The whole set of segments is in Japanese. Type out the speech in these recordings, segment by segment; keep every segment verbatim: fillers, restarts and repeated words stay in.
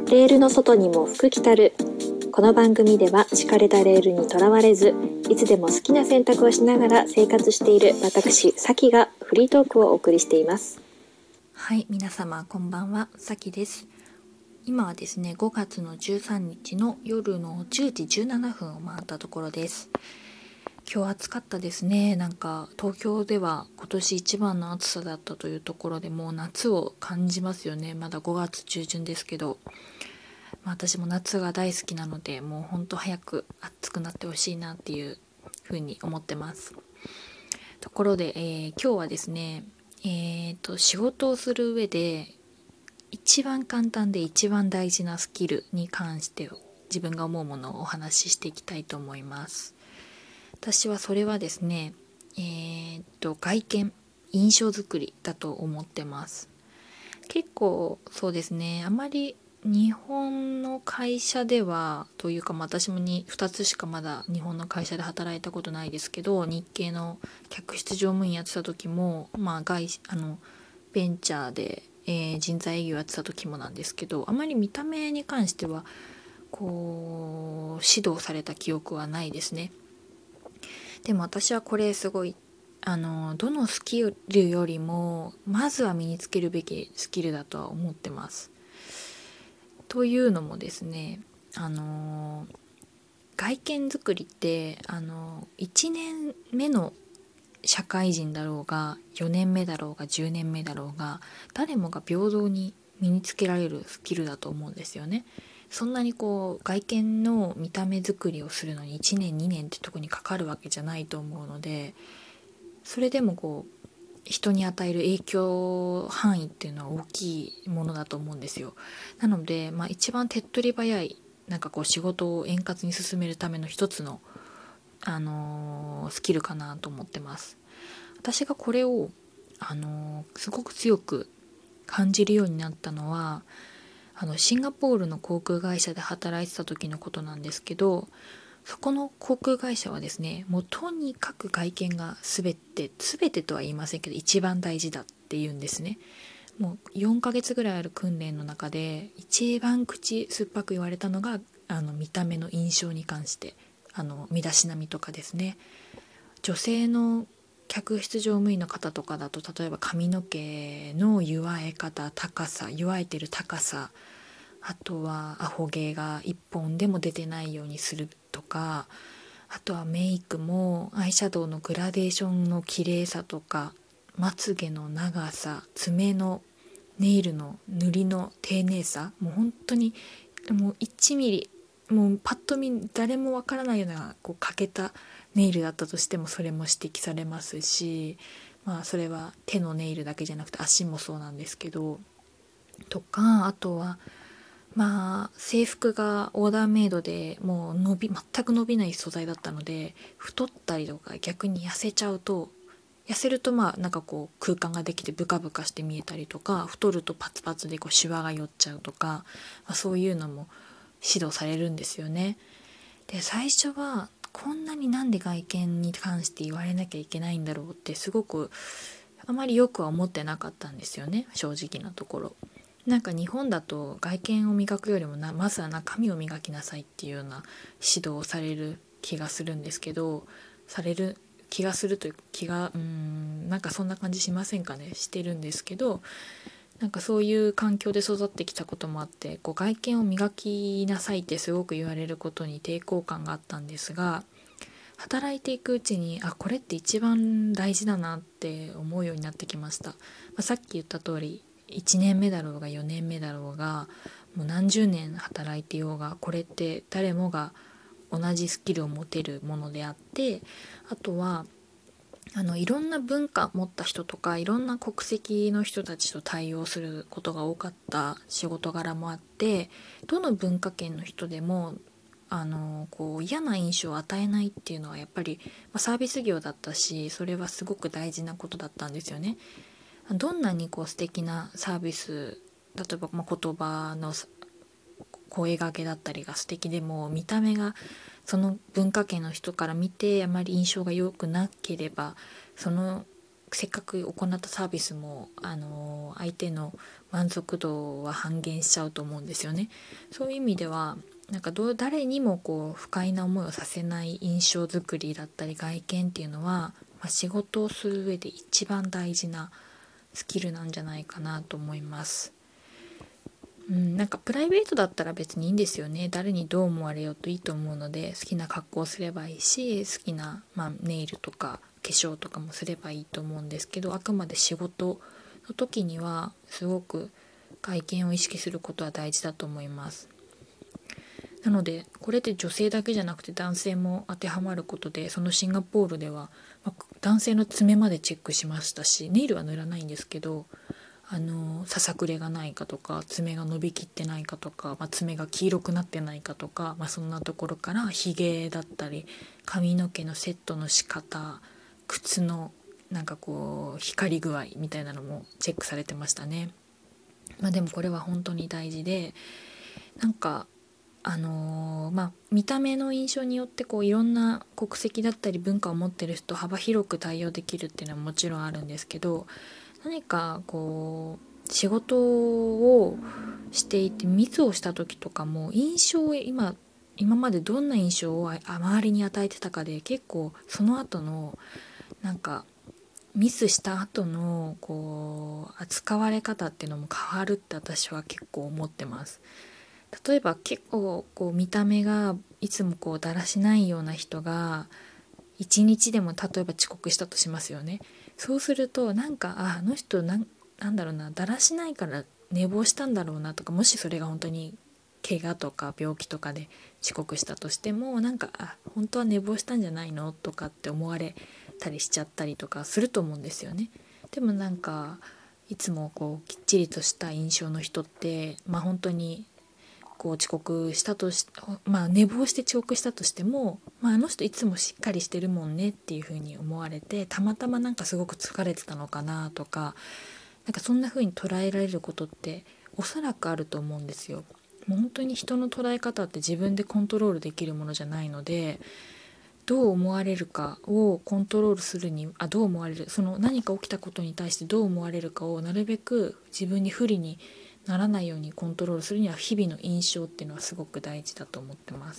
レールの外にも福来たる。この番組では敷かれたレールにとらわれず、いつでも好きな選択をしながら生活している私さきがフリートークをお送りしています。 はい、皆様こんばんは、さきです。今はですね、ごがつのじゅうさんにちの夜のじゅうじじゅうななふんを回ったところです。今日暑かったですね。なんか東京では今年一番の暑さだったというところで、もう夏を感じますよね。まだごがつ中旬ですけど、まあ、私も夏が大好きなので、もうほんと早く暑くなってほしいなっていうふうに思ってます。ところで、えー、今日はですね、えーと仕事をする上で一番簡単で一番大事なスキルに関して自分が思うものをお話ししていきたいと思います。私はそれはですね、えー、と外見、印象作りだと思ってます。結構そうですね、あまり日本の会社ではというか、私もにふたつしかまだ日本の会社で働いたことないですけど、日系の客室乗務員やってた時も、まあ、外あのベンチャーで、えー、人材営業やってた時もなんですけど、あまり見た目に関してはこう指導された記憶はないですね。でも私はこれすごいあのどのスキルよりもまずは身につけるべきスキルだとは思ってます。というのもですね、あの外見作りってあのいちねんめの社会人だろうがよねんめだろうがじゅうねんめだろうが、誰もが平等に身につけられるスキルだと思うんですよね。そんなにこう外見の見た目作りをするのにいちねんにねんってとこにかかるわけじゃないと思うので、それでもこう人に与える影響範囲っていうのは大きいものだと思うんですよ。なので、まあ、一番手っ取り早いなんかこう仕事を円滑に進めるための一つの、あのースキルかなと思ってます。私がこれを、あのーすごく強く感じるようになったのは、あのシンガポールの航空会社で働いてた時のことなんですけど、そこの航空会社はですね、もうとにかく外見が全て全てとは言いませんけど一番大事だっていうんですね。もうよんかげつぐらいある訓練の中で一番口酸っぱく言われたのが、あの見た目の印象に関して、あの身だしなみとかですね。女性の客室乗務員の方とかだと、例えば髪の毛の結わえ方、高さ、結わえてる高さ、あとはアホ毛が一本でも出てないようにするとか、あとはメイクもアイシャドウのグラデーションの綺麗さとか、まつげの長さ、爪のネイルの塗りの丁寧さ、もう本当にもういちミリ、もうパッと見誰もわからないようなこう欠けたネイルだったとしてもそれも指摘されますし、まあそれは手のネイルだけじゃなくて足もそうなんですけど、とか、あとはまあ制服がオーダーメイドでもう伸び全く伸びない素材だったので、太ったりとか逆に痩せちゃうと、痩せるとまあなんかこう空間ができてブカブカして見えたりとか、太るとパツパツでこうシワが寄っちゃうとか、まあ、そういうのも指導されるんですよね。で最初はこんなになんで外見に関して言われなきゃいけないんだろうってすごくあまりよくは思ってなかったんですよね、正直なところ。なんか日本だと外見を磨くよりもなまずは中身を磨きなさいっていうような指導をされる気がするんですけど、される気がするという気がうーんなんかそんな感じしませんかね。してるんですけど、なんかそういう環境で育ってきたこともあって、こう外見を磨きなさいってすごく言われることに抵抗感があったんですが、働いていくうちにあこれって一番大事だなって思うようになってきました。まあ、さっき言った通りいちねんめだろうがよねんめだろうがもう何十年働いていようが、これって誰もが同じスキルを持てるものであって、あとはあのいろんな文化持った人とかいろんな国籍の人たちと対応することが多かった仕事柄もあって、どの文化圏の人でもあのこう嫌な印象を与えないっていうのはやっぱり、まあ、サービス業だったし、それはすごく大事なことだったんですよね。どんなにこう素敵なサービス、例えばまあ言葉の声掛けだったりが素敵でも、見た目がその文化圏の人から見てあまり印象が良くなければ、そのせっかく行ったサービスもあの相手の満足度は半減しちゃうと思うんですよね。そういう意味ではなんかどう誰にもこう不快な思いをさせない印象作りだったり外見っていうのは、まあ、仕事をする上で一番大事なスキルなんじゃないかなと思います。うん、なんかプライベートだったら別にいいんですよね。誰にどう思われようといいと思うので、好きな格好をすればいいし、好きな、まあ、ネイルとか化粧とかもすればいいと思うんですけど、あくまで仕事の時にはすごく外見を意識することは大事だと思います。なのでこれって女性だけじゃなくて男性も当てはまることで、そのシンガポールでは、まあ、男性の爪までチェックしましたし、ネイルは塗らないんですけど、あのささくれがないかとか、爪が伸びきってないかとか、まあ、爪が黄色くなってないかとか、まあ、そんなところからひげだったり髪の毛のセットの仕方、靴のなんかこう光り具合みたいなのもチェックされてましたね。まあ、でもこれは本当に大事で、なんかあのーまあ、見た目の印象によってこういろんな国籍だったり文化を持ってる人幅広く対応できるっていうのはもちろんあるんですけど、何かこう仕事をしていてミスをした時とかも印象を今今までどんな印象を周りに与えてたかで、結構その後のなんかミスした後のこう扱われ方っていうのも変わるって私は結構思ってます。例えば結構こう見た目がいつもこうだらしないような人が一日でも例えば遅刻したとしますよね。そうするとなんかああの人なん、なんだろうな、だらしないから寝坊したんだろうなとか、もしそれが本当に怪我とか病気とかで遅刻したとしても、なんかあ本当は寝坊したんじゃないのとかって思われたりしちゃったりとかすると思うんですよね。でもなんかいつもこうきっちりとした印象の人って、まあ本当にこう遅刻したとし、まあ寝坊して遅刻したとしても、まあ、あの人いつもしっかりしてるもんねっていう風に思われて、たまたまなんかすごく疲れてたのかなとか、なんかそんな風に捉えられることっておそらくあると思うんですよ。もう本当に人の捉え方って自分でコントロールできるものじゃないので、どう思われるかをコントロールするにあどう思われるその何か起きたことに対してどう思われるかをなるべく自分に不利にならないようにコントロールするには、日々の印象っていうのはすごく大事だと思ってます。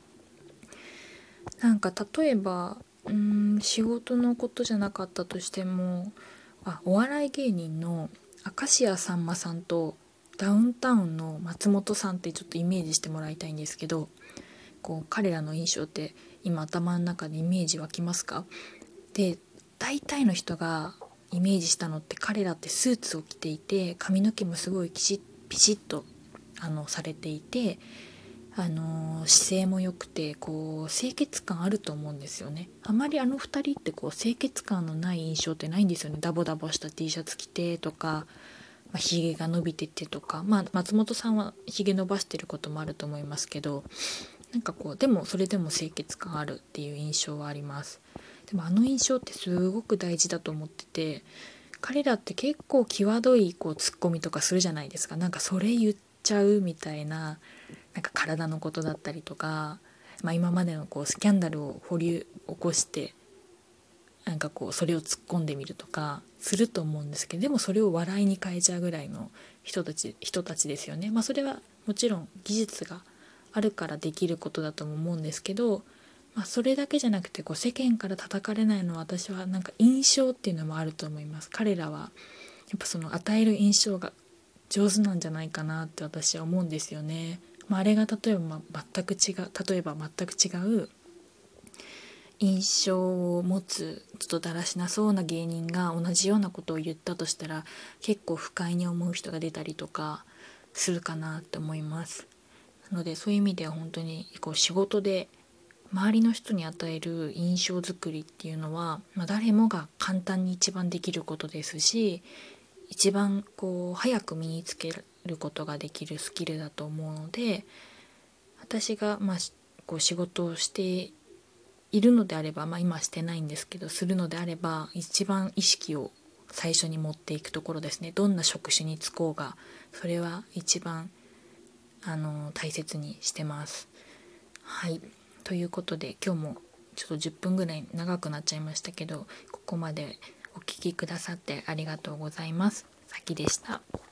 なんか例えばうーん仕事のことじゃなかったとしても、あお笑い芸人の明石家さんまさんとダウンタウンの松本さんってちょっとイメージしてもらいたいんですけど、こう彼らの印象って今頭の中でイメージ湧きますか？で大体の人がイメージしたのって、彼らってスーツを着ていて髪の毛もすごいきちピシッとあのされていて、あの姿勢も良くてこう清潔感あると思うんですよね。あまりあのふたりってこう清潔感のない印象ってないんですよね。ダボダボした T シャツ着てとか、まあ、ひげが伸びててとか、まあ、松本さんはひげ伸ばしてることもあると思いますけど、なんかこうでもそれでも清潔感あるっていう印象はあります。でもあの印象ってすごく大事だと思ってて、彼らって結構際どいこうツッコミとかするじゃないですか。なんかそれ言っちゃうみたいな、なんか体のことだったりとか、まあ、今までのこうスキャンダルを掘り起こしてなんかこうそれを突っ込んでみるとかすると思うんですけど、でもそれを笑いに変えちゃうぐらいの人たち人たちですよね。まあそれはもちろん技術があるからできることだとも思うんですけど、まあ、それだけじゃなくてこう世間から叩かれないのは、私はなんか印象っていうのもあると思います。彼らはやっぱその与える印象が上手なんじゃないかなって私は思うんですよね。まあ、あれが例えば、まあ、全く違う例えば全く違う印象を持つちょっとだらしなそうな芸人が同じようなことを言ったとしたら、結構不快に思う人が出たりとかするかなって思います。なのでそういう意味では本当にこう仕事で周りの人に与える印象作りっていうのは、まあ、誰もが簡単に一番できることですし、一番こう早く身につけることができるスキルだと思うので、私がまあこう仕事をしているのであれば、まあ、今はしてないんですけどするのであれば、一番意識を最初に持っていくところですね。どんな職種に就こうがそれは一番あの大切にしてます。はい、ということで今日もちょっとじゅっぷんぐらい長くなっちゃいましたけど、ここまでお聞きくださってありがとうございます。さきでした。